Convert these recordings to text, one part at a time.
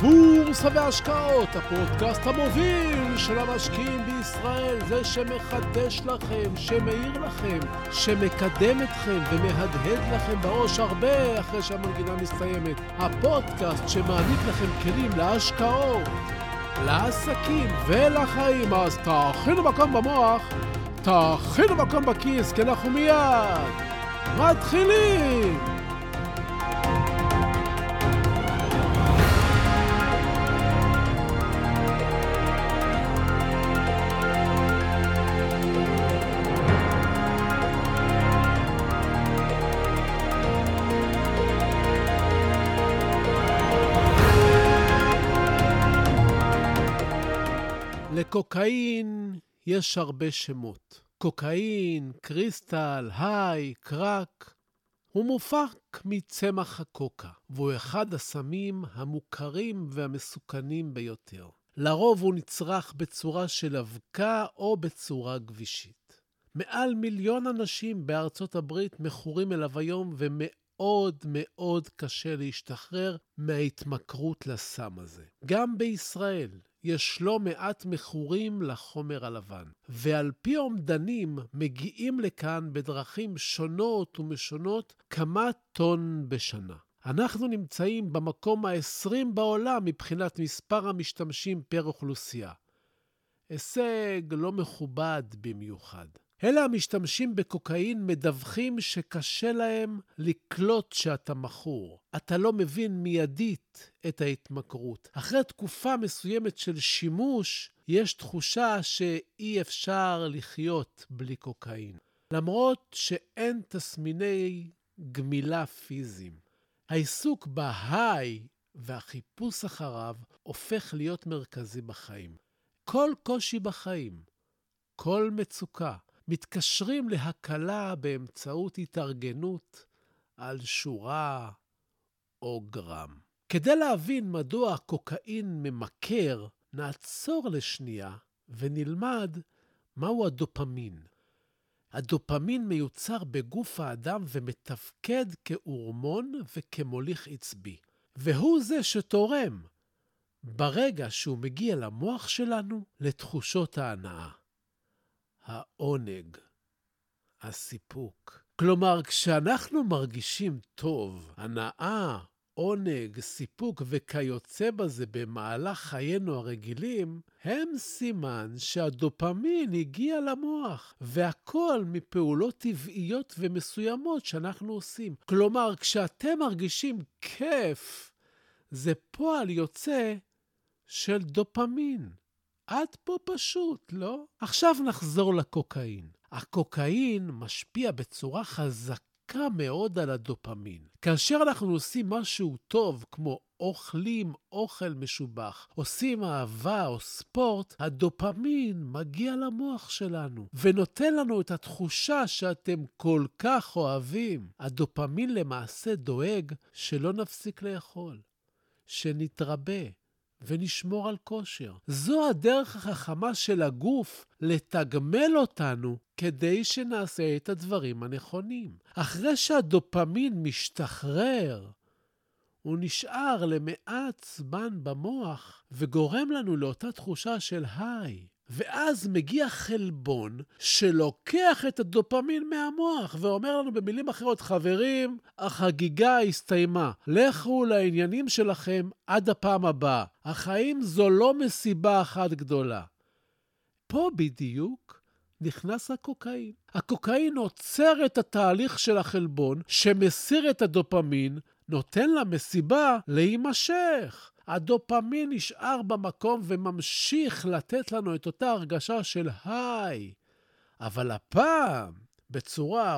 בורסה והשקעות, הפודקאסט המוביל של המשקיעים בישראל, זה שמחדש לכם, שמאיר לכם, שמקדם אתכם ומהדהד לכם בראש הרבה אחרי שהמנגינה מסתיימת. הפודקאסט שמעניק לכם כלים להשקעות, לעסקים ולחיים. אז תאכינו מקום במוח, תאכינו מקום בכיס, כי אנחנו מיד מתחילים. לקוקאין יש הרבה שמות. קוקאין, קריסטל, היי, קרק. הוא מופק מצמח הקוקה, והוא אחד הסמים המוכרים והמסוכנים ביותר. לרוב הוא נצרך בצורה של אבקה או בצורה גבישית. מעל 1,000,000 אנשים בארצות הברית מכורים אליו היום, ומאוד מאוד קשה להשתחרר מההתמכרות לסם הזה. גם בישראל יש לא מעט מכורים לחומר הלבן, ועל פי אומדנים מגיעים לכאן בדרכים שונות ומשונות כמה טון בשנה. אנחנו נמצאים במקום ה-20 בעולם מבחינת מספר המשתמשים פר אוכלוסייה. הישג לא מכובד במיוחד. אלה המשתמשים בקוקאין מדווחים שקשה להם לקלוט שאתה מכור. אתה לא מבין מיידית את ההתמכרות. אחרי תקופה מסוימת של שימוש, יש תחושה שאי אפשר לחיות בלי קוקאין. למרות שאין תסמיני גמילה פיזיים. העיסוק בהיי והחיפוש אחריו הופך להיות מרכזי בחיים. כל קושי בחיים, כל מצוקה, מתקשרים להקלה באמצעות התארגנות על שורה או גרם. כדי להבין מדוע הקוקאין ממכר, נעצור לשנייה ונלמד מהו הדופמין. הדופמין מיוצר בגוף האדם ומתפקד כהורמון וכמוליך עצבי. והוא זה שתורם ברגע שהוא מגיע למוח שלנו לתחושות ההנאה. העונג, הסיפוק. כלומר, כשאנחנו מרגישים טוב, הנאה, עונג, סיפוק וכיוצא בזה במהלך חיינו הרגילים, הם סימן שהדופמין הגיע למוח, והכל מפעולות טבעיות ומסוימות שאנחנו עושים. כלומר, כשאתם מרגישים כיף, זה פועל יוצא של דופמין. עד פה פשוט, לא? עכשיו נחזור לקוקאין. הקוקאין משפיע בצורה חזקה מאוד על הדופמין. כאשר אנחנו עושים משהו טוב, כמו אוכלים אוכל משובח, עושים אהבה או ספורט, הדופמין מגיע למוח שלנו, ונותן לנו את התחושה שאתם כל כך אוהבים. הדופמין למעשה דואג שלא נפסיק לאכול, שנתרבה. ונשמור על כושר. זו הדרך החכמה של הגוף לתגמל אותנו כדי שנעשה את הדברים הנכונים. אחרי שהדופמין משתחרר, הוא נשאר למעט זמן במוח וגורם לנו לאותה תחושה של היי. ואז מגיע חלבון שלוקח את הדופמין מהמוח ואומר לנו במילים אחרות, חברים, החגיגה הסתיימה. לכו לעניינים שלכם עד הפעם הבאה. החיים זו לא מסיבה אחת גדולה. פה בדיוק נכנס הקוקאין. הקוקאין עוצר את התהליך של החלבון שמסיר את הדופמין, נותן למסיבה להימשך. הדופמין נשאר במקום וממשיך לתת לנו את אותה הרגשה של היי. אבל הפעם בצורה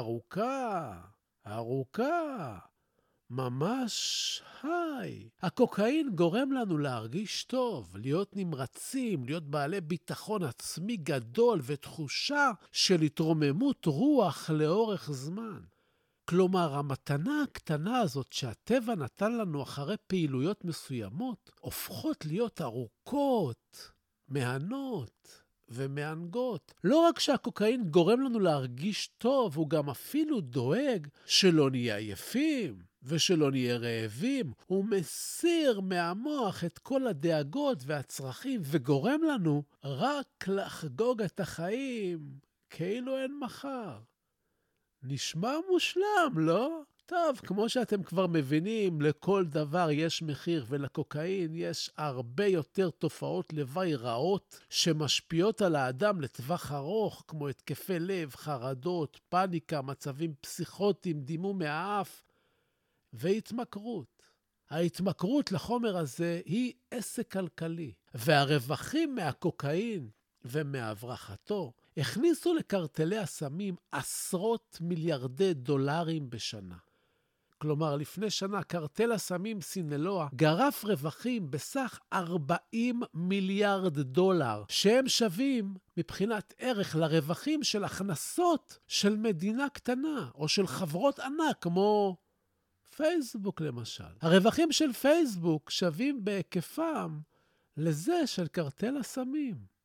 ארוכה, ממש היי. הקוקאין גורם לנו להרגיש טוב, להיות נמרצים, להיות בעלי ביטחון עצמי גדול ותחושה של התרוממות רוח לאורך זמן. כלומר, המתנה הקטנה הזאת שהטבע נתן לנו אחרי פעילויות מסוימות, הופכות להיות ארוכות, מהנות ומענגות. לא רק שהקוקאין גורם לנו להרגיש טוב, הוא גם אפילו דואג שלא נהיה עייפים ושלא נהיה רעבים. הוא מסיר מהמוח את כל הדאגות והצרכים וגורם לנו רק לחגוג את החיים כאילו אין מחר. נשמע מושלם, לא? טוב, כמו שאתם כבר מבינים, לכל דבר יש מחיר, ולקוקאין יש הרבה יותר תופעות לוואי רעות שמשפיעות על האדם לטווח ארוך, כמו התקפי לב, חרדות, פאניקה, מצבים פסיכוטיים, דימום מהאף והתמכרות. ההתמכרות לחומר הזה היא עסק כלכלי, והרווחים מהקוקאין ומהברחתו הכניסו לקרטלי הסמים עשרות מיליארדי דולרים בשנה. כלומר, לפני שנה קרטל הסמים סינלואה גרף רווחים בסך 40 מיליארד דולר, שהם שווים מבחינת ערך לרווחים של הכנסות של מדינה קטנה, או של חברות ענק כמו פייסבוק למשל. הרווחים של פייסבוק שווים בהיקפם לזה של קרטל הסמים.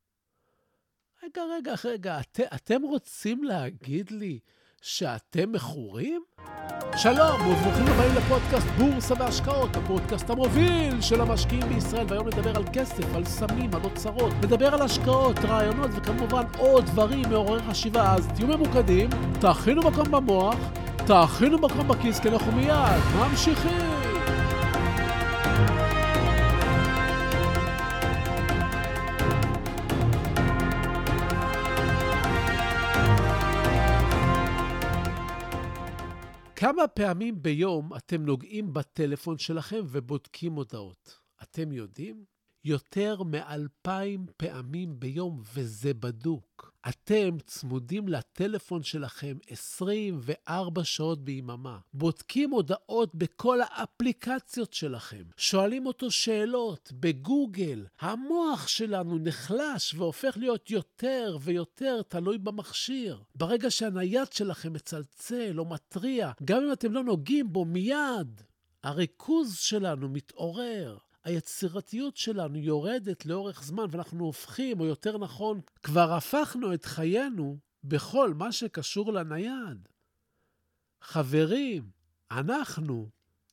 רגע, אתם רוצים להגיד לי שאתם מכורים? שלום, וברוכים הבאים לפודקאסט בורסה והשקעות, הפודקאסט המוביל של המשקיעים בישראל, והיום נדבר על כסף, על סמים, על אוצרות, נדבר על השקעות, רעיונות וכמובן עוד דברים מעוררי חשיבה. אז תהיו ממוקדים, תאכינו מקום במוח, תאכינו מקום בכיס, כי אנחנו מיד ממשיכים. כמה פעמים ביום אתם נוגעים בטלפון שלכם ובודקים הודעות? אתם יודעים? יותר מ-2,000 פעמים ביום, וזה בדוק. אתם צמודים לטלפון שלכם 24 שעות ביממה. בודקים הודעות בכל האפליקציות שלכם. שואלים אותו שאלות בגוגל. המוח שלנו נחלש והופך להיות יותר ויותר תלוי במכשיר. ברגע שהנייד שלכם מצלצל או מטריע, גם אם אתם לא נוגעים בו מיד, הריכוז שלנו מתעורר. היצירתיות שלנו יורדת לאורך זמן, ואנחנו הופכים, או יותר נכון, כבר הפכנו את חיינו בכל מה שקשור לנייד. חברים, אנחנו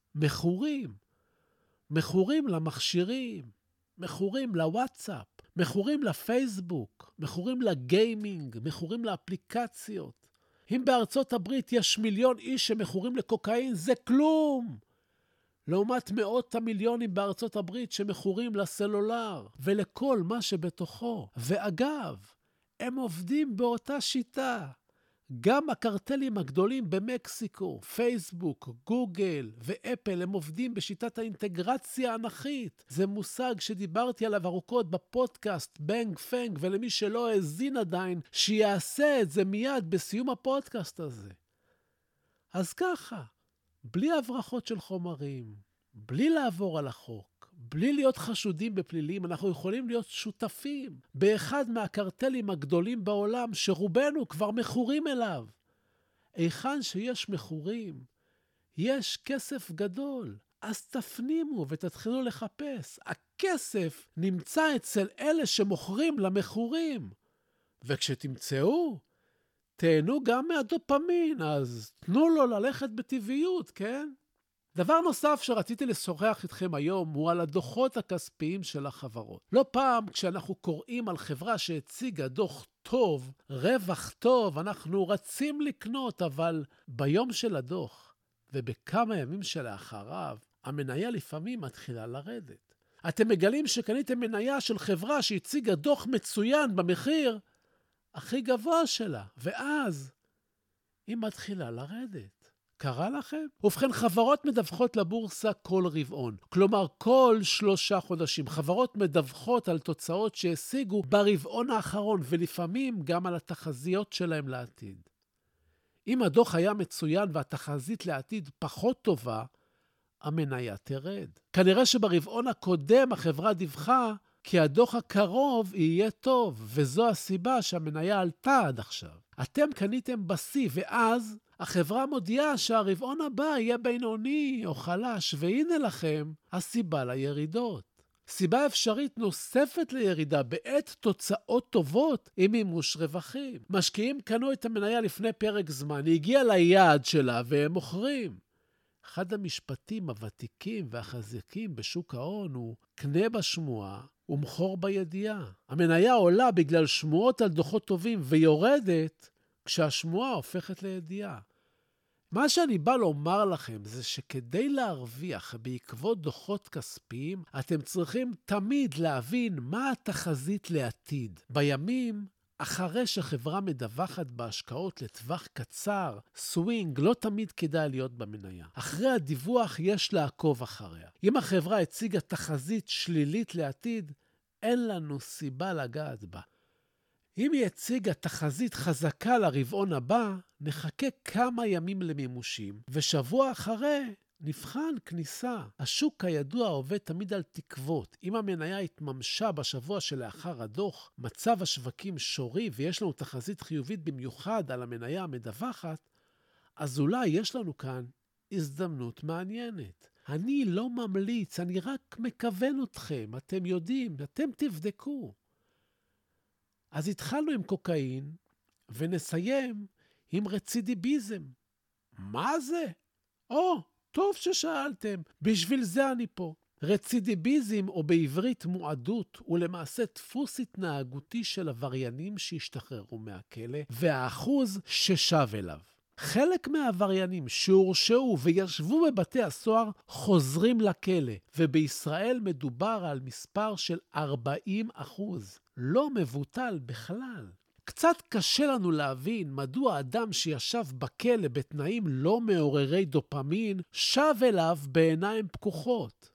מכורים למכשירים, מכורים לוואטסאפ, מכורים לפייסבוק, מכורים לגיימינג, מכורים לאפליקציות. אם בארצות הברית יש 1,000,000 איש שמכורים לקוקאין, זה כלום. לעומת מאות המיליונים בארצות הברית שמכורים לסלולר ולכל מה שבתוכו. ואגב, הם עובדים באותה שיטה. גם הקרטלים הגדולים במקסיקו, פייסבוק, גוגל ואפל, הם עובדים בשיטת האינטגרציה האנכית. זה מושג שדיברתי עליו ארוכות בפודקאסט בנג פנג, ולמי שלא האזין עדיין, שיעשה את זה מיד בסיום הפודקאסט הזה. אז ככה. בלי הברחות של חומרים, בלי לעבור על החוק, בלי להיות חשודים בפלילים, אנחנו יכולים להיות שותפים באחד מהקרטלים הגדולים בעולם שרובנו כבר מכורים אליו. היכן שיש מכורים, יש כסף גדול. אז תפנימו ותתחילו לחפש. הכסף נמצא אצל אלה שמוכרים למכורים. וכשתמצאו, תהנו גם מהדופמין, אז תנו לו ללכת בטבעיות, כן? דבר נוסף שרציתי לשוחח איתכם היום הוא על הדוחות הכספיים של החברות. לא פעם כשאנחנו קוראים על חברה שהציגה דוח טוב, רווח טוב, אנחנו רצים לקנות, אבל ביום של הדוח ובכמה ימים שלאחריו, המניה לפעמים מתחילה לרדת. אתם מגלים שקניתם מניה של חברה שהציגה דוח מצוין במחיר הכי גבוה שלה, ואז היא מתחילה לרדת. קרה לכם? ובכן, חברות מדווחות לבורסה כל רבעון. כלומר, כל 3 חודשים. חברות מדווחות על תוצאות שהשיגו ברבעון האחרון, ולפעמים גם על התחזיות שלהם לעתיד. אם הדוח היה מצוין והתחזית לעתיד פחות טובה, המניה תרד. כנראה שברבעון הקודם החברה דיווחה כי הדוח הקרוב יהיה טוב, וזו הסיבה שהמניה עלתה עד עכשיו. אתם קניתם בסי, ואז החברה מודיעה שהרבעון הבא יהיה בינוני או חלש, והנה לכם הסיבה לירידות. סיבה אפשרית נוספת לירידה בעת תוצאות טובות עם מימוש רווחים. משקיעים קנו את המניה לפני פרק זמן, היא הגיעה ליעד שלה והם מוכרים. אחד המשפטים הוותיקים והחזקים בשוק ההון הוא קנה בשמועה ומכור בידיעה. המניה עולה בגלל שמועות על דוחות טובים ויורדת כשהשמועה הופכת לידיעה. מה שאני בא לומר לכם זה שכדי להרוויח בעקבות דוחות כספיים, אתם צריכים תמיד להבין מה התחזית לעתיד. בימים אחרי שחברה מדווחת בהשקעות לטווח קצר, סווינג, לא תמיד כדאי להיות במניה. אחרי הדיווח יש לעקוב אחריה. אם החברה הציגה תחזית שלילית לעתיד, אין לנו סיבה לגעת בה. אם היא הציגה תחזית חזקה לרבעון הבא, נחכה כמה ימים למימושים, ושבוע אחרי נבחן כניסה. השוק כידוע עובד תמיד על תקוות. אם המניה התממשה בשבוע שלאחר הדוח, מצב השווקים שורי ויש לנו תחזית חיובית במיוחד על המניה המדווחת, אז אולי יש לנו כאן הזדמנות מעניינת. אני לא ממליץ, אני רק מכוון אתכם. אתם יודעים, אתם תבדקו. אז התחלנו עם קוקאין ונסיים עם רצידיביזם. מה זה? טוב ששאלתם, בשביל זה אני פה. רצידיביזם, או בעברית מועדות, הוא למעשה דפוס התנהגותי של עבריינים שהשתחררו מהכלא, והאחוז ששב אליו. חלק מהעבריינים שהורשעו וישבו בבתי הסוהר חוזרים לכלא, ובישראל מדובר על מספר של 40%. לא מבוטל בכלל. קצת קשה לנו להבין מדוע אדם שישב בכלא בתנאים לא מעוררי דופמין שב אליו בעיניים פקוחות.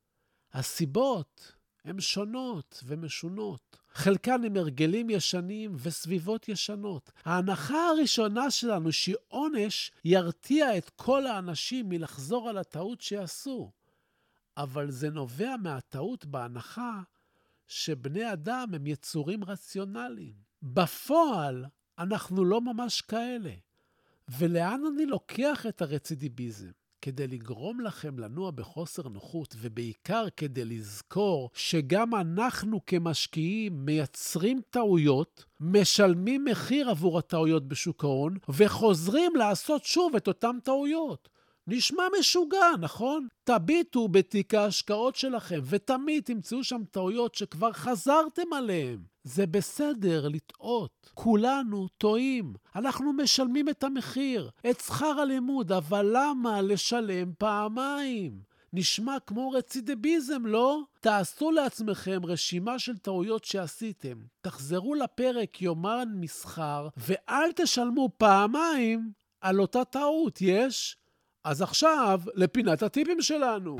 הסיבות הן שונות ומשונות. חלקן הם הרגלים ישנים וסביבות ישנות. ההנחה הראשונה שלנו שעונש ירתיע את כל האנשים מלחזור על הטעות שעשו. אבל זה נובע מהטעות בהנחה שבני אדם הם יצורים רציונליים. בפועל אנחנו לא ממש כאלה. ולאן אני לוקח את הרצידיביזם? כדי לגרום לכם לנוע בחוסר נוחות, ובעיקר כדי לזכור שגם אנחנו כמשקיעים מייצרים טעויות, משלמים מחיר עבור הטעויות בשוק ההון, וחוזרים לעשות שוב את אותם טעויות. נשמע משוגע, נכון? תביטו בתיק ההשקעות שלכם, ותמיד תמצאו שם טעויות שכבר חזרתם עליהן. זה בסדר לטעות. כולנו טועים. אנחנו משלמים את המחיר, את שכר הלימוד, אבל למה לשלם פעמיים? נשמע כמו רצידיביזם, לא? תעשו לעצמכם רשימה של טעויות שעשיתם. תחזרו לפרק יומן מסחר, ואל תשלמו פעמיים על אותה טעות, יש? אז עכשיו לפינת הטיפים שלנו.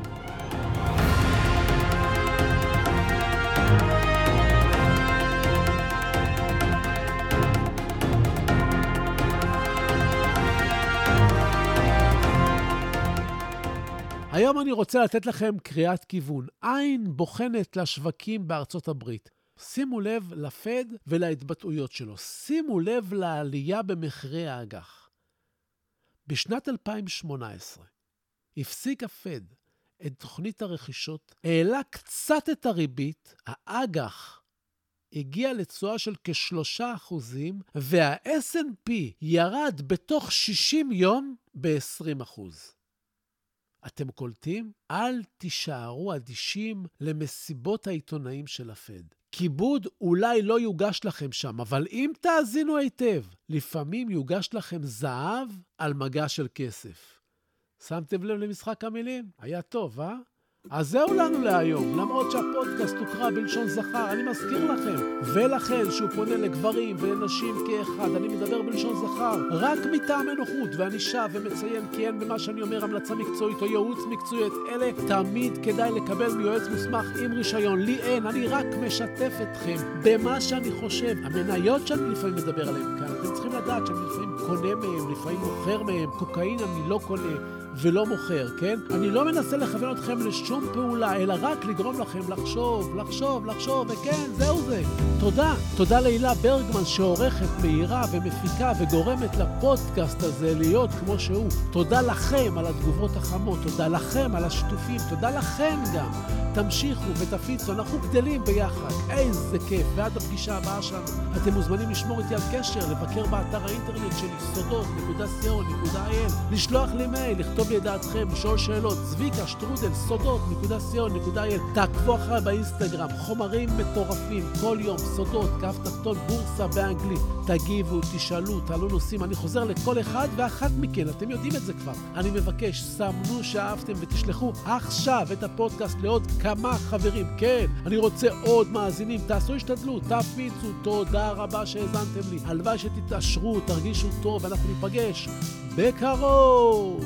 היום אני רוצה לתת לכם קריאת כיוון. עין בוחנת לשווקים בארצות הברית. שימו לב לפד ולהתבטאויות שלו. שימו לב לעלייה במחירי האג"ח. בשנת 2018 הפסיק הפד את תוכנית הרכישות, העלה קצת את הריבית, האג"ח הגיע לתשואה של כ3%, וה-S&P ירד בתוך 60 יום ב-20%. אתם קולטים? אל תישארו אדישים למסיבות העיתונאים של הפד. כיבוד אולי לא יוגש לכם שם, אבל אם תאזינו היטב, לפעמים יוגש לכם זהב על מגע של כסף. שמתם לב למשחק המילים? היה טוב, אה? אז זהו לנו להיום, למרות שהפודקאסט הוקרא בלשון זכר, אני מזכיר לכם, ולכן שהוא פונה לגברים ולנשים כאחד, אני מדבר בלשון זכר, רק מטעם הנוחות, ואני שב ומציין כי אין במה שאני אומר המלצה מקצועית או ייעוץ מקצועי, את אלה תמיד כדאי לקבל מיועץ מוסמך עם רישיון, לי אין, אני רק משתף אתכם במה שאני חושב, המניות שאני לפעמים מדבר עליהן כאן, אתם צריכים לדעת שאני לפעמים קונה מהם, לפעמים מוכר מהם, קוקאין אני לא קונה ולא מוכר, כן? אני לא מנסה לכוון אתכם לשום פעולה, אלא רק לגרום לכם לחשוב, וכן, זהו זה. תודה להילה ברגמן שעורכת, מהירה ומפיקה וגורמת לפודקאסט הזה להיות כמו שהוא. תודה לכם על התגובות החמות, תודה לכם על השיתופים, תודה לכם גם. תמשיכו ותפיצו, אנחנו גדלים ביחד. איזה כיף. ועד הפגישה הבאה שלנו, אתם מוזמנים לשמור איתי על קשר, לבקר באתר האינטרנט שלי, סודות.co.il, לשלוח לי מייל, לכתוב לי את דעתכם, לשאול שאלות, zvika@סודות.co.il. תעקבו אחרי באינסטגרם, חומרים מטורפים, כל יום, סודות, כף תחתון, בורסה באנגלית. תגיבו, תשאלו, תעלו נושאים. אני חוזר לכל אחד ואחת מכן, אתם יודעים את זה כבר. אני מבקש, סמנו שאהבתם ותשלחו עכשיו את הפודקאסט לעוד כמה חברים. כן, אני רוצה עוד מאזינים, תעשו השתדלות, תפיצו, תודה רבה שהזנתם לי. הלוואי שתתעשרו, תרגישו טוב, ואנחנו ניפגש בקרוב.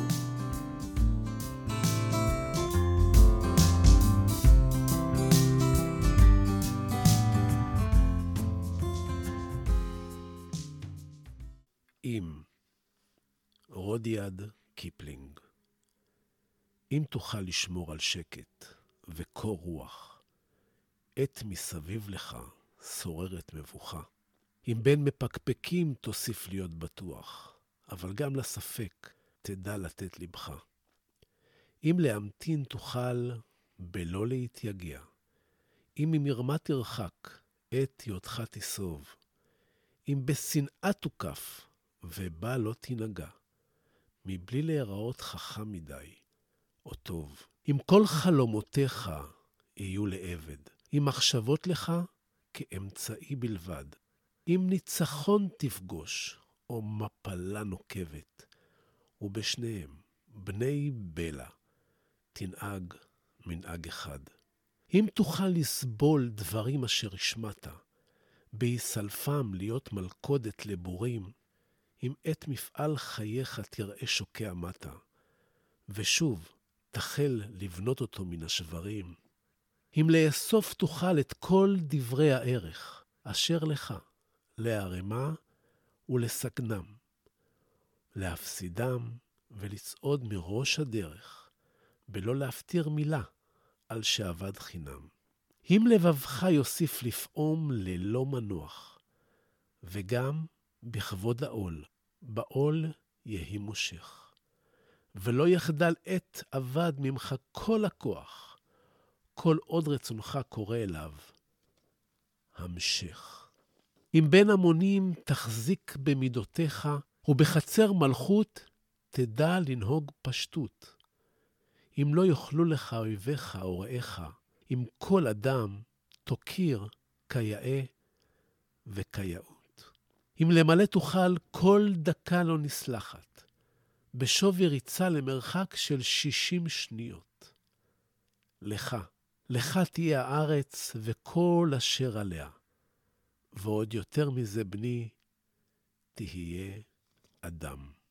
אם רודיעד קיפלינג, אם תוכל לשמור על שקט וקור רוח, עת מסביב לך שוררת מבוכה. אם בין מפקפקים תוסיף להיות בטוח, אבל גם לספק תדע לתת לבך. אם להמתין תוכל בלא להתייגע, אם ממרמה תרחק, עת היותך תסוב, אם בשנאה תוקף ובה לא תנגע, מבלי להיראות חכם מדי או טוב. אם כל חלומותיך יהיו לעבד, אם מחשבות לך כאמצעי בלבד, אם ניצחון תפגוש או מפלה נוקבת, ובשניהם בני בלה תנהג מנהג אחד. אם תוכל לסבול דברים אשר השמעת, בהיסלפם להיות מלכודת לבורים, אם עת מפעל חייך תראה שוקע מטה, ושוב תחל לבנות אותו מן השברים, אם לאסוף תוכל את כל דברי הערך, אשר לך, להרמה ולסגנם, להפסידם ולצעוד מראש הדרך, בלא להפתיר מילה על שעבד חינם. אם לבבך יוסיף לפעום ללא מנוח, וגם בכבוד העול, בעול יהי מושך, ולא יחדל עת עבד ממך כל הכוח, כל עוד רצונך קורא אליו, המשך. אם בין המונים תחזיק במידותיך, ובחצר מלכות תדע לנהוג פשטות. אם לא יוכלו לך אויביך או רעיך, אם כל אדם תוקיר כיאה וכיאות. אם למלא תוכל כל דקה לא נסלחת, בשווי ריצה למרחק של 60 שניות. לך תהיה הארץ וכל אשר עליה, ועוד יותר מזה בני, תהיה אדם.